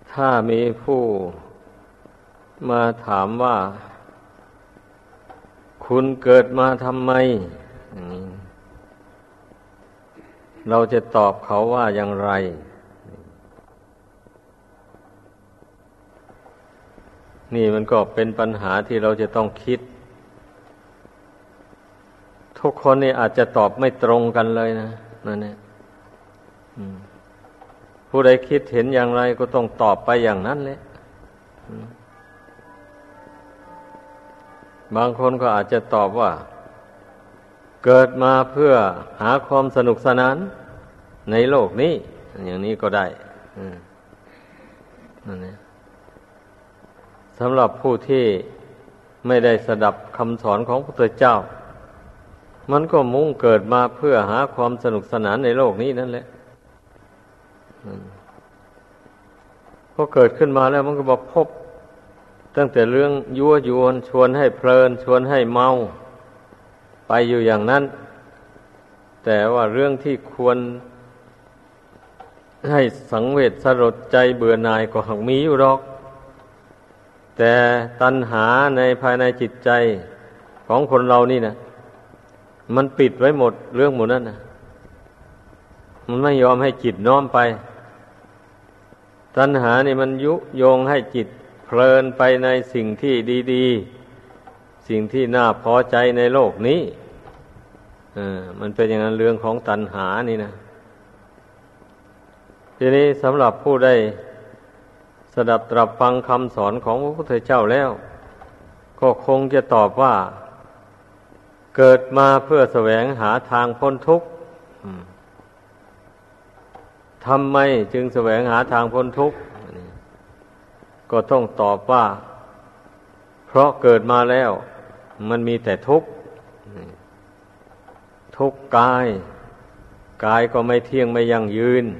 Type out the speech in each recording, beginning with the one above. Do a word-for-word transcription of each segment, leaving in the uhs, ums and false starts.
ถ้ามีผู้มาถามว่าคุณเกิดมาทำไมเราจะตอบเขาว่าอย่างไรนี่มันก็เป็นปัญหาที่เราจะต้องคิดทุกคนนี่อาจจะตอบไม่ตรงกันเลยนะนั่นแหละผู้ใดคิดเห็นอย่างไรก็ต้องตอบไปอย่างนั้นแหละบางคนก็อาจจะตอบว่าเกิดมาเพื่อหาความสนุกสนานในโลกนี้อย่างนี้ก็ได้นั่นแหละสำหรับผู้ที่ไม่ได้สดับคำสอนของพระพุทธเจ้ามันก็มุ่งเกิดมาเพื่อหาความสนุกสนานในโลกนี้นั่นแหละพอเกิดขึ้นมาแล้วมันก็บอกพบตั้งแต่เรื่องยั่วยวนชวนให้เพลินชวนให้เมาไปอยู่อย่างนั้นแต่ว่าเรื่องที่ควรให้สังเวชสลดใจเบื่อหน่ายก็หักมีอยู่หรอกแต่ตัณหาในภายในจิตใจของคนเรานี่นะมันปิดไว้หมดเรื่องหมดนั่นนะมันไม่ยอมให้จิตน้อมไปตัณหานี่มันยุโยงให้จิตเพลินไปในสิ่งที่ดีๆสิ่งที่น่าพอใจในโลกนี้เออมันเป็นอย่างนั้นเรื่องของตัณหานี่นะทีนี้สำหรับผู้ได้สดับตรับฟังคำสอนของพระพุทธเจ้าแล้วก็คงจะตอบว่าเกิดมาเพื่อแสวงหาทางพ้นทุกข์ทำไมจึงแสวงหาทางพ้นทุกข์ก็ต้องตอบว่าเพราะเกิดมาแล้วมันมีแต่ทุกข์ทุกข์กายกายก็ไม่เที่ยงไม่ยั่งยืน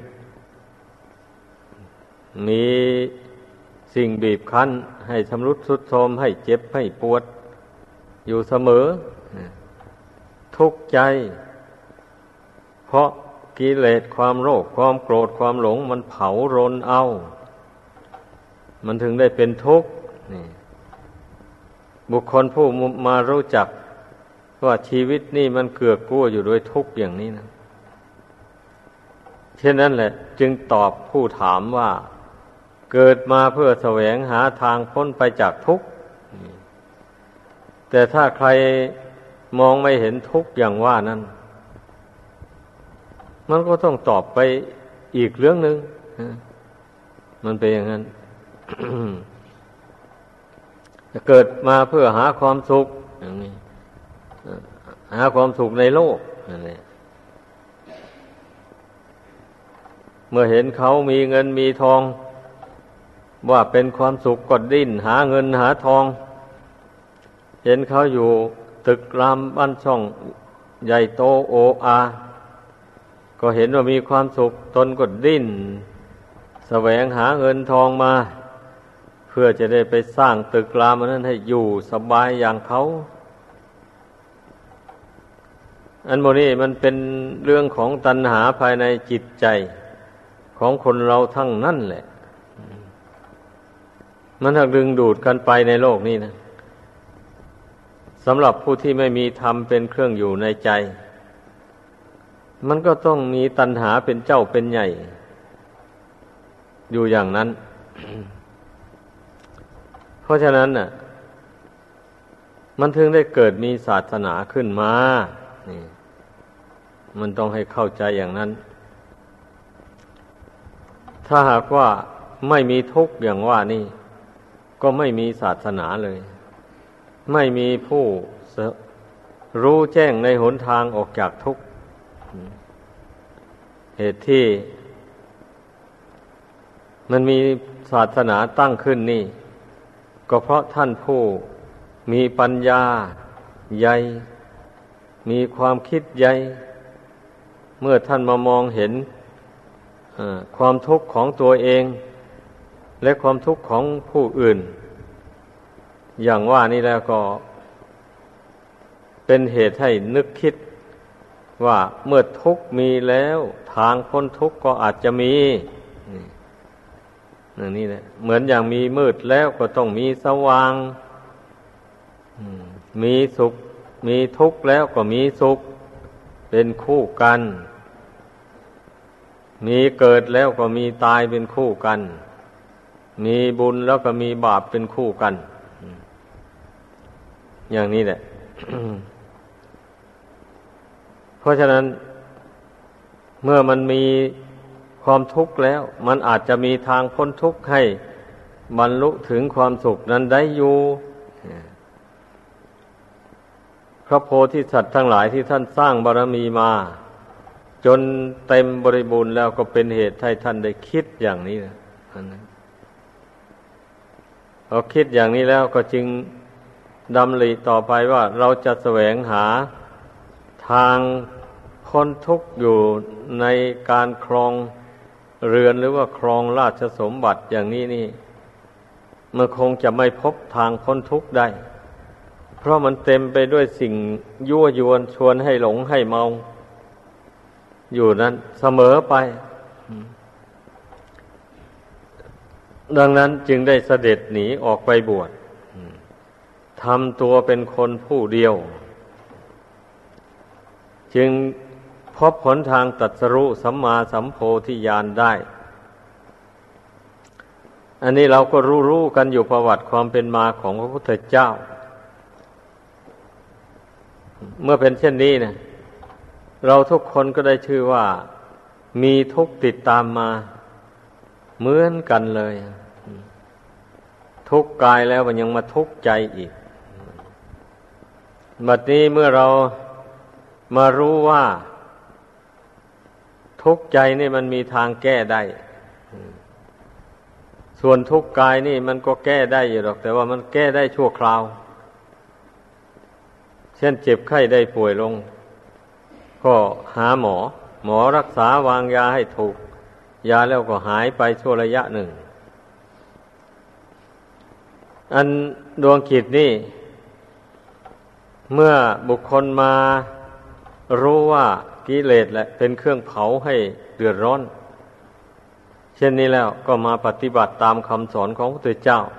มีสิ่งบีบคั้นให้ชำรุดทรุดโทรมให้เจ็บให้ปวดอยู่เสมอทุกข์ใจเพราะกิเลสความโลภความโกรธความหลงมันเผารนเอามันถึงได้เป็นทุกข์นี่บุคคลผู้มารู้จักว่าชีวิตนี่มันเกือกกลัวอยู่ด้วยทุกข์อย่างนี้นะเช่นนั้นแหละจึงตอบผู้ถามว่าเกิดมาเพื่อแสวงหาทางพ้นไปจากทุกข์แต่ถ้าใครมองไม่เห็นทุกข์อย่างว่านั้นมันก็ต้องตอบไปอีกเรื่องหนึ่งมันเป็นอย่างนั้น จะเกิดมาเพื่อหาความสุขอย่างนี้หาความสุขในโลกนั่นแหละเมื่อเห็นเขามีเงินมีทองว่าเป็นความสุขก็ดิ้นหาเงินหาทองเห็นเขาอยู่ตึกรามบ้านช่องใหญ่โตโออาก็เห็นว่ามีความสุขตนก็ดิ้นแสวงหาเงินทองมาเพื่อจะได้ไปสร้างตึกรามนั้นให้อยู่สบายอย่างเขาอันโมนี้มันเป็นเรื่องของตัณหาภายในจิตใจของคนเราทั้งนั้นแหละมันถักดึงดูดกันไปในโลกนี้นะสำหรับผู้ที่ไม่มีธรรมเป็นเครื่องอยู่ในใจมันก็ต้องมีตัณหาเป็นเจ้าเป็นใหญ่อยู่อย่างนั้น เพราะฉะนั้นน่ะมันถึงได้เกิดมีศาสนาขึ้นมานี่มันต้องให้เข้าใจอย่างนั้นถ้าหากว่าไม่มีทุกข์อย่างว่านี่ก็ไม่มีศาสนาเลยไม่มีผู้รู้แจ้งในหนทางออกจากทุกข์เหตุที่มันมีศาสนาตั้งขึ้นนี่ก็เพราะท่านผู้มีปัญญาใหญ่มีความคิดใหญ่เมื่อท่านมามองเห็นความทุกข์ของตัวเองและความทุกข์ของผู้อื่นอย่างว่านี่แล้วก็เป็นเหตุให้นึกคิดว่าเมื่อทุกข์มีแล้วทางพ้นทุกข์ก็อาจจะมีอย่างนี้แหละเหมือนอย่างมีมืดแล้วก็ต้องมีสว่างมีสุขมีทุกข์แล้วก็มีสุขเป็นคู่กันมีเกิดแล้วก็มีตายเป็นคู่กันมีบุญแล้วก็มีบาปเป็นคู่กันอย่างนี้แหละ เพราะฉะนั้นเมื่อมันมีความทุกข์แล้วมันอาจจะมีทางพ้นทุกข์ให้บรรลุถึงความสุขนั้นได้อยู่พระโพธิสัตว์ทั้งหลายที่ท่านสร้างบารมีมาจนเต็มบริบูรณ์แล้วก็เป็นเหตุให้ท่านได้คิดอย่างนี้นะอันนั้นพอคิดอย่างนี้แล้วก็จึงดำริต่อไปว่าเราจะแสวงหาทางพ้นทุกข์อยู่ในการครองเรือนหรือว่าครองราชสมบัติอย่างนี้นี่มันคงจะไม่พบทางพ้นทุกข์ได้เพราะมันเต็มไปด้วยสิ่งยั่วยวนชวนให้หลงให้เมาอยู่นั้นเสมอไปดังนั้นจึงได้เสด็จหนีออกไปบวชทำตัวเป็นคนผู้เดียวจึงพบหนทางตรัสรู้สัมมาสัมโพธิญาณได้อันนี้เราก็รู้ๆกันอยู่ประวัติความเป็นมาของพระพุทธเจ้าเมื่อเป็นเช่นนี้นะเราทุกคนก็ได้ชื่อว่ามีทุกข์ติดตามมาเหมือนกันเลยทุกข์กายแล้วมันยังมาทุกข์ใจอีกบัดนี้เมื่อเรามารู้ว่าทุกข์ใจนี่มันมีทางแก้ได้ส่วนทุกข์กายนี่มันก็แก้ได้อยู่หรอกแต่ว่ามันแก้ได้ชั่วคราวเช่นเจ็บไข้ได้ป่วยลงก็หาหมอหมอรักษาวางยาให้ถูกยาแล้วก็หายไปชั่วระยะหนึ่งอันดวงจิตนี่เมื่อบุคคลมารู้ว่ากิเลสแหละเป็นเครื่องเผาให้เดือดร้อนเช่นนี้แล้วก็มาปฏิบัติตามคำสอนของพระพุทธเจ้า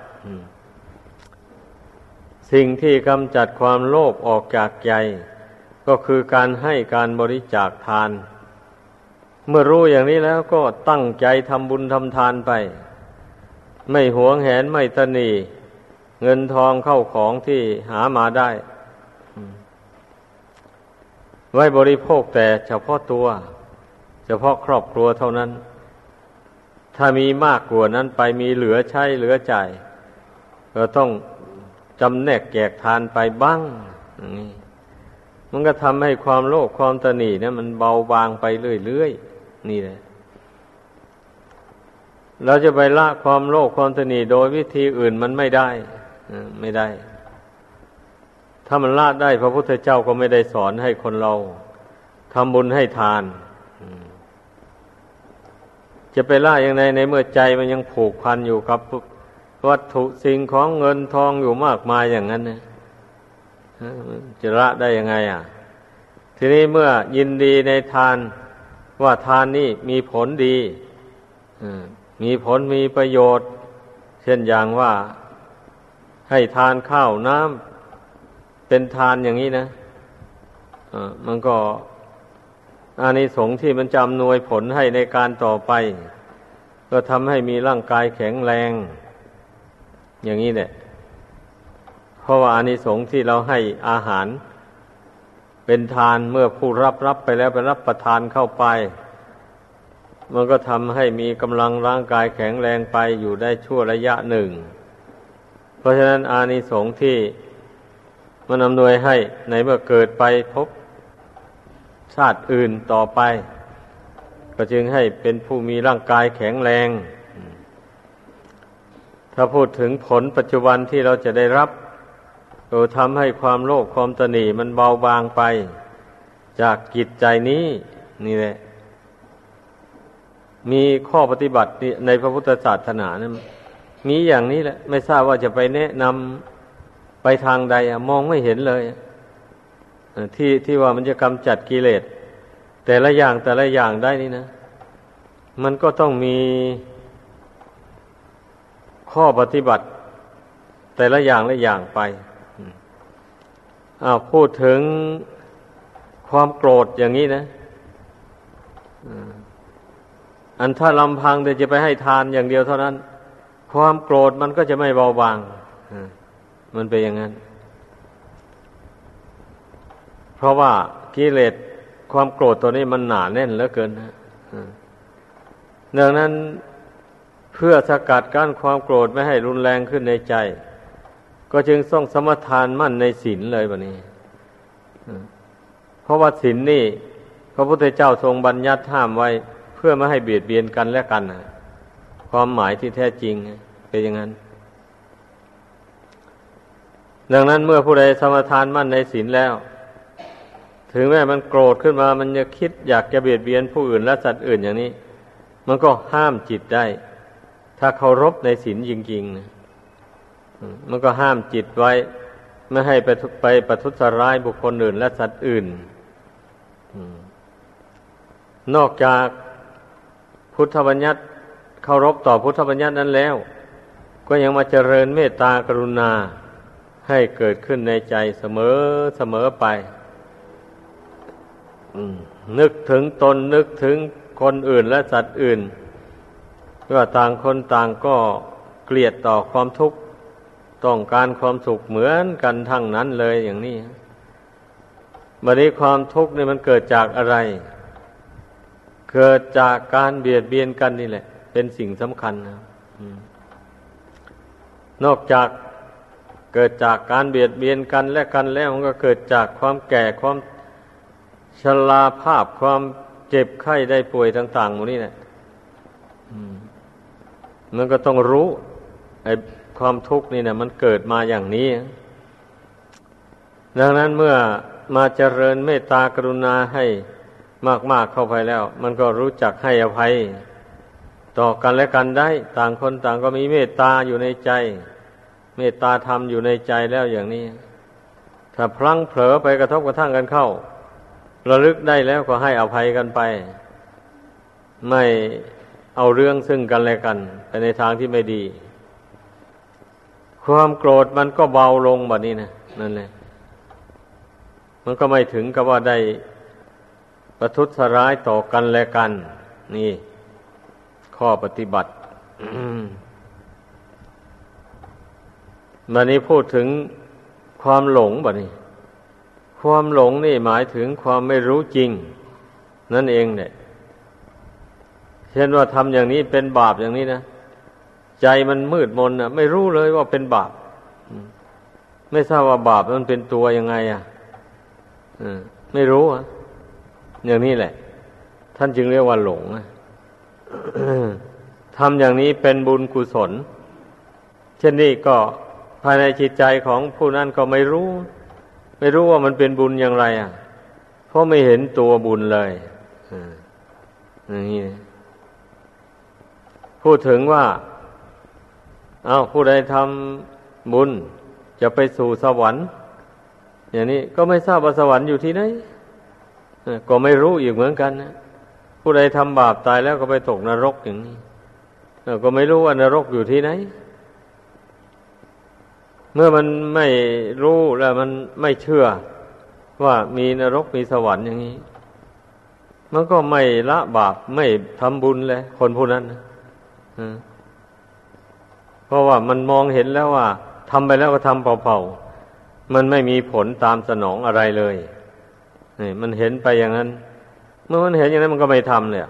สิ่งที่กำจัดความโลภออกจากใจก็คือการให้การบริจาคทานเมื่อรู้อย่างนี้แล้วก็ตั้งใจทำบุญทำทานไปไม่หวงแหนไม่ตณีเงินทองเข้าของที่หามาได้ไว้บริโภคแต่เฉพาะตัวเฉพาะครอบครัวเท่านั้นถ้ามีมากกว่านั้นไปมีเหลือใช้เหลือจ่ายก็ต้องจำแนกแจกทานไปบ้างอย่างนี้มันก็ทำให้ความโลภความตณีเนี่ยมันเบาบางไปเรื่อยๆนี่แหละเราจะไปละความโลภความตณีโดยวิธีอื่นมันไม่ได้ไม่ได้ถ้ามันละได้พระพุทธเจ้าก็ไม่ได้สอนให้คนเราทำบุญให้ทานจะไปละอย่างไรในเมื่อใจมันยังผูกพันอยู่กับวัตถุสิ่งของเงินทองอยู่มากมายอย่างนั้นเนี่ยจะละได้ยังไงอ่ะทีนี้เมื่อยินดีในทานว่าทานนี่มีผลดีมีผลมีประโยชน์เช่นอย่างว่าให้ทานข้าวน้ำเป็นทานอย่างนี้นะมันก็อานิสงส์ที่มันจะอำนวยผลให้ในการต่อไปก็ทำให้มีร่างกายแข็งแรงอย่างนี้แหละเพราะว่าอานิสงส์ที่เราให้อาหารเป็นทานเมื่อผู้รับรับไปแล้วไปรับประทานเข้าไปมันก็ทำให้มีกำลังร่างกายแข็งแรงไปอยู่ได้ชั่วระยะหนึ่งเพราะฉะนั้นอานิสงส์ที่มันอำนวยให้ในเมื่อเกิดไปพบชาติอื่นต่อไปก็จึงให้เป็นผู้มีร่างกายแข็งแรงถ้าพูดถึงผลปัจจุบันที่เราจะได้รับก็ทำให้ความโลภความตณีมันเบาบางไปจากจิตใจนี้นี่แหละมีข้อปฏิบัติในพระพุทธศาสนานะมีอย่างนี้แหละไม่ทราบว่าจะไปแนะนำไปทางใดอะมองไม่เห็นเลยที่ที่ว่ามันจะกำจัดกิเลสแต่ละอย่างแต่ละอย่างได้นี่นะมันก็ต้องมีข้อปฏิบัติแต่ละอย่างละอย่างไปอ้าวพูดถึงความโกรธอย่างนี้นะอันถ้าลำพังแต่จะไปให้ทานอย่างเดียวเท่านั้นความโกรธมันก็จะไม่เบาบางมันเป็นอย่างนั้นเพราะว่ากิเลสความโกรธตัวนี้มันหนาแน่นเหลือเกินนะดังนั้นเพื่อสกัดกั้นความโกรธไม่ให้รุนแรงขึ้นในใจก็จึงต้องสมทานมั่นในศีลเลยบัดนี้เพราะว่าศีลนี่พระพุทธเจ้าทรงบัญญัติห้ามไว้เพื่อไม่ให้เบียดเบียนกันและกันนะความหมายที่แท้จริงเป็นอย่างนั้นดังนั้นเมื่อผู้ใดสมทานมั่นในศีลแล้วถึงแม้มันโกรธขึ้นมามันจะคิดอยากจะเบียดเบียนผู้อื่นและสัตว์อื่นอย่างนี้มันก็ห้ามจิตได้ถ้าเคารพในศีลจริงๆนะมันก็ห้ามจิตไว้ไม่ให้ไปไปประทุษร้ายบุคคลอื่นและสัตว์อื่นนอกจากพุทธบัญญัติเคารพต่อพุทธบัญญัตินั้นแล้วก็ยังมาเจริญเมตตากรุณาให้เกิดขึ้นในใจเสมอเสมอไปนึกถึงตนนึกถึงคนอื่นและสัตว์อื่นว่าต่างคนต่างก็เกลียดต่อความทุกข์ต้องการความสุขเหมือนกันทั้งนั้นเลยอย่างนี้บัดนี้ความทุกข์นี่มันเกิดจากอะไรเกิดจากการเบียดเบียนกันนี่แหละเป็นสิ่งสำคัญนะนอกจากเกิดจากการเบียดเบียนกันและกันแล้วมันก็เกิดจากความแก่ความชราภาพความเจ็บไข้ได้ป่วยต่างๆหมดนี่แหละมันก็ต้องรู้ไอ้ความทุกข์นี่นะมันเกิดมาอย่างนี้ดังนั้นเมื่อมาเจริญเมตตากรุณาให้มากๆเข้าไปแล้วมันก็รู้จักให้อภัยต่อกันและกันได้ต่างคนต่างก็มีเมตตาอยู่ในใจเมตตาธรรมอยู่ในใจแล้วอย่างนี้ถ้าพลั้งเผลอไปกระทบกระทั่งกันเข้าระลึกได้แล้วก็ให้อภัยกันไปไม่เอาเรื่องซึ่งกันและกันไปในทางที่ไม่ดีความโกรธมันก็เบาลงแบบนี้นะนั่นแหละมันก็ไม่ถึงกับว่าได้ประทุษร้ายต่อกันและกันนี่ข้อปฏิบัติบัดนี้พูดถึงความหลงบัดนี้ความหลงนี่หมายถึงความไม่รู้จริงนั่นเองเนี่ยเช่นว่าทำอย่างนี้เป็นบาปอย่างนี้นะใจมันมืดมนนะไม่รู้เลยว่าเป็นบาปไม่ทราบว่าบาปมันเป็นตัวยังไงอ่ะไม่รู้อ่ะอย่างนี้แหละท่านจึงเรียกว่าหลงทำอย่างนี้เป็นบุญกุศลเช่นนี้ก็ภายในจิตใจของผู้นั้นก็ไม่รู้ไม่รู้ว่ามันเป็นบุญอย่างไรอ่ะเพราะไม่เห็นตัวบุญเลยอย่างนี้พูดถึงว่าเอาผู้ใดทำบุญจะไปสู่สวรรค์อย่างนี้ก็ไม่ทราบว่าสวรรค์อยู่ที่ไหนก็ไม่รู้อีกเหมือนกันนะผู้ใดทำบาปตายแล้วก็ไปตกนรกอย่างนี้ก็ไม่รู้ว่านรกอยู่ที่ไหนเมื่อมันไม่รู้แล้วมันไม่เชื่อว่ามีนรกมีสวรรค์อย่างนี้มันก็ไม่ละบาปไม่ทำบุญเลยคนผู้นั้นนะเพราะว่ามันมองเห็นแล้วว่าทำไปแล้วก็ทำเปล่าๆมันไม่มีผลตามสนองอะไรเลยนี่มันเห็นไปอย่างนั้นเมื่อมันเห็นอย่างนั้นมันก็ไม่ทำเลย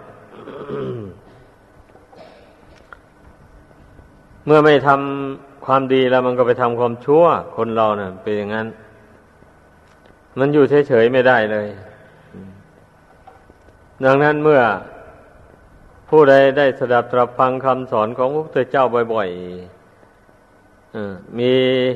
เมื่อไม่ทำความดีแล้วมันก็ไปทำความชั่วคนเราเนี่ยเป็นอย่างนั้นมันอยู่เฉยๆไม่ได้เลยดังนั้นเมื่อผู้ใดได้สดับตรับฟังคำสอนของพระพุทธเจ้าบ่อยๆมี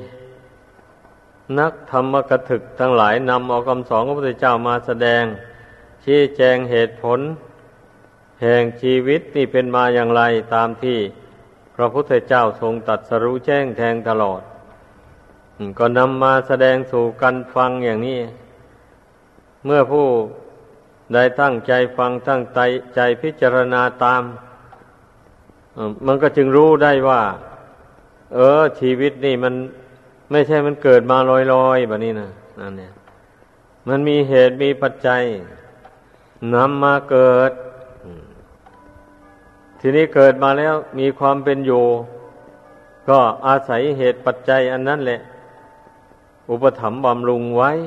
นักธรรมกถึกทั้งหลายนำเอาคำสอนของพระพุทธเจ้ามาแสดงชี้แจงเหตุผลแห่งชีวิตนี่เป็นมาอย่างไรตามที่พระพุทธเจ้าทรงตรัสรู้แจ้งแทงตลอดก็นำมาแสดงสู่กันฟังอย่างนี้เมื่อผู้ได้ตั้งใจฟังตั้งใจใจพิจารณาตามมันก็จึงรู้ได้ว่าเออชีวิตนี่มันไม่ใช่มันเกิดมาลอยๆแบบนี้นะนั่นเนี่ยมันมีเหตุมีปัจจัยนำมาเกิดทีนี้เกิดมาแล้วมีความเป็นอยู่ก็อาศัยเหตุปัจจัยอันนั้นแหละอุปถัมภ์บำรุงไว้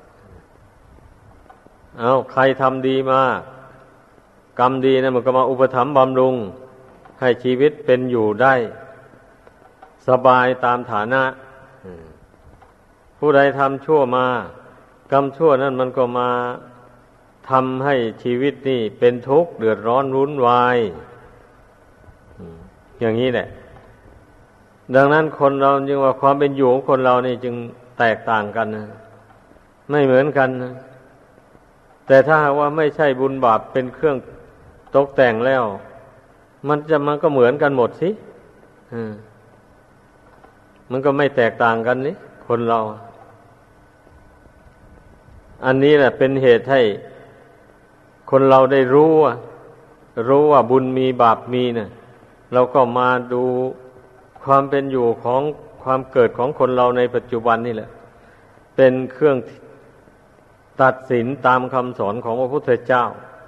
เอาใครทำดีมากรรมดีนะมันก็มาอุปถัมภ์บำรุงให้ชีวิตเป็นอยู่ได้สบายตามฐานะผู้ใดทำชั่วมากรรมชั่วนั้นมันก็มาทำให้ชีวิตนี่เป็นทุกข์เดือดร้อนวุ่นวายอย่างนี้แหละดังนั้นคนเราจึงว่าความเป็นอยู่ของคนเรานี่จึงแตกต่างกันนะไม่เหมือนกันนะแต่ถ้าหากว่าไม่ใช่บุญบาปเป็นเครื่องตกแต่งแล้วมันจะมันก็เหมือนกันหมดสิมันก็ไม่แตกต่างกันนี่คนเราอันนี้แหละเป็นเหตุให้คนเราได้รู้ว่ารู้ว่าบุญมีบาปมีนะเราก็มาดูความเป็นอยู่ของความเกิดของคนเราในปัจจุบันนี่แหละเป็นเครื่องตัดสินตามคำสอนของพระพุทธเจ้า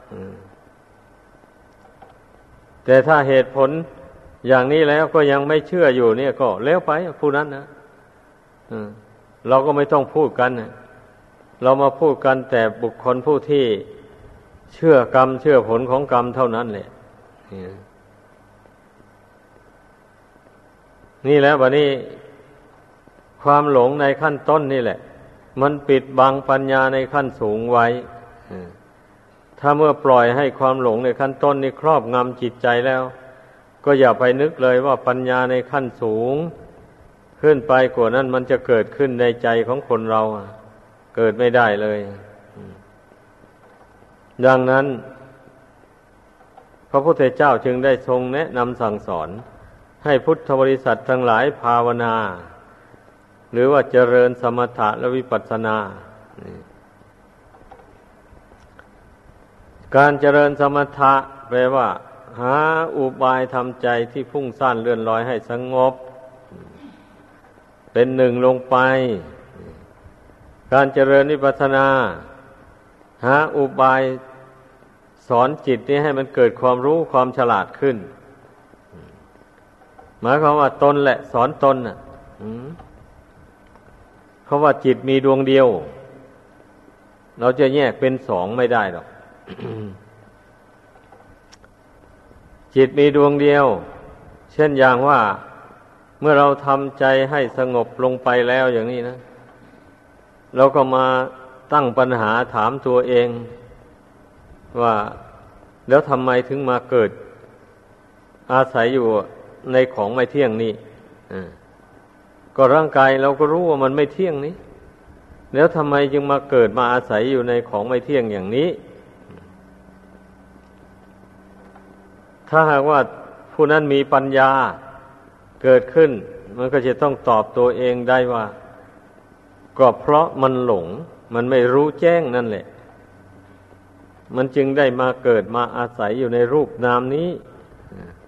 แต่ถ้าเหตุผลอย่างนี้แล้วก็ยังไม่เชื่ออยู่เนี่ยก็แล้วไปผู้นั้นนะเราก็ไม่ต้องพูดกันนะเรามาพูดกันแต่บุคคลผู้ที่เชื่อกรรมเชื่อผลของกรรมเท่านั้นแหละนี่แหละบัดนี้ความหลงในขั้นต้นนี่แหละมันปิดบังปัญญาในขั้นสูงไว้ถ้าเมื่อปล่อยให้ความหลงในขั้นต้นนี่ครอบงำจิตใจแล้วก็อย่าไปนึกเลยว่าปัญญาในขั้นสูงขึ้นไปกว่านั้นมันจะเกิดขึ้นในใจของคนเราเกิดไม่ได้เลยดังนั้นพระพุทธเจ้าจึงได้ทรงแนะนำสั่งสอนให้พุทธบริษัททั้งหลายภาวนาหรือว่าเจริญสมถะและวิปัสสนาการเจริญสมถะแปลว่าหาอุบายทำใจที่พุ่งซ่านเลื่อนลอยให้สงบเป็นหนึ่งลงไปการเจริญวิปัสสนาหาอุบายสอนจิตนี้ให้มันเกิดความรู้ความฉลาดขึ้นหมายความว่าตนแหละสอนตนน่ะเพราะว่าจิตมีดวงเดียวเราจะแยกเป็นสองไม่ได้หรอก จิตมีดวงเดียวเช่นอย่างว่าเมื่อเราทำใจให้สงบลงไปแล้วอย่างนี้นะเราก็มาตั้งปัญหาถามตัวเองว่าแล้วทำไมถึงมาเกิดอาศัยอยู่ในของไม่เที่ยงนี่ก็ร่างกายเราก็รู้ว่ามันไม่เที่ยงนี้แล้วทำไมจึงมาเกิดมาอาศัยอยู่ในของไม่เที่ยงอย่างนี้ถ้าหากว่าผู้นั้นมีปัญญาเกิดขึ้นมันก็จะต้องตอบตัวเองได้ว่าก็เพราะมันหลงมันไม่รู้แจ้งนั่นแหละมันจึงได้มาเกิดมาอาศัยอยู่ในรูปนามนี้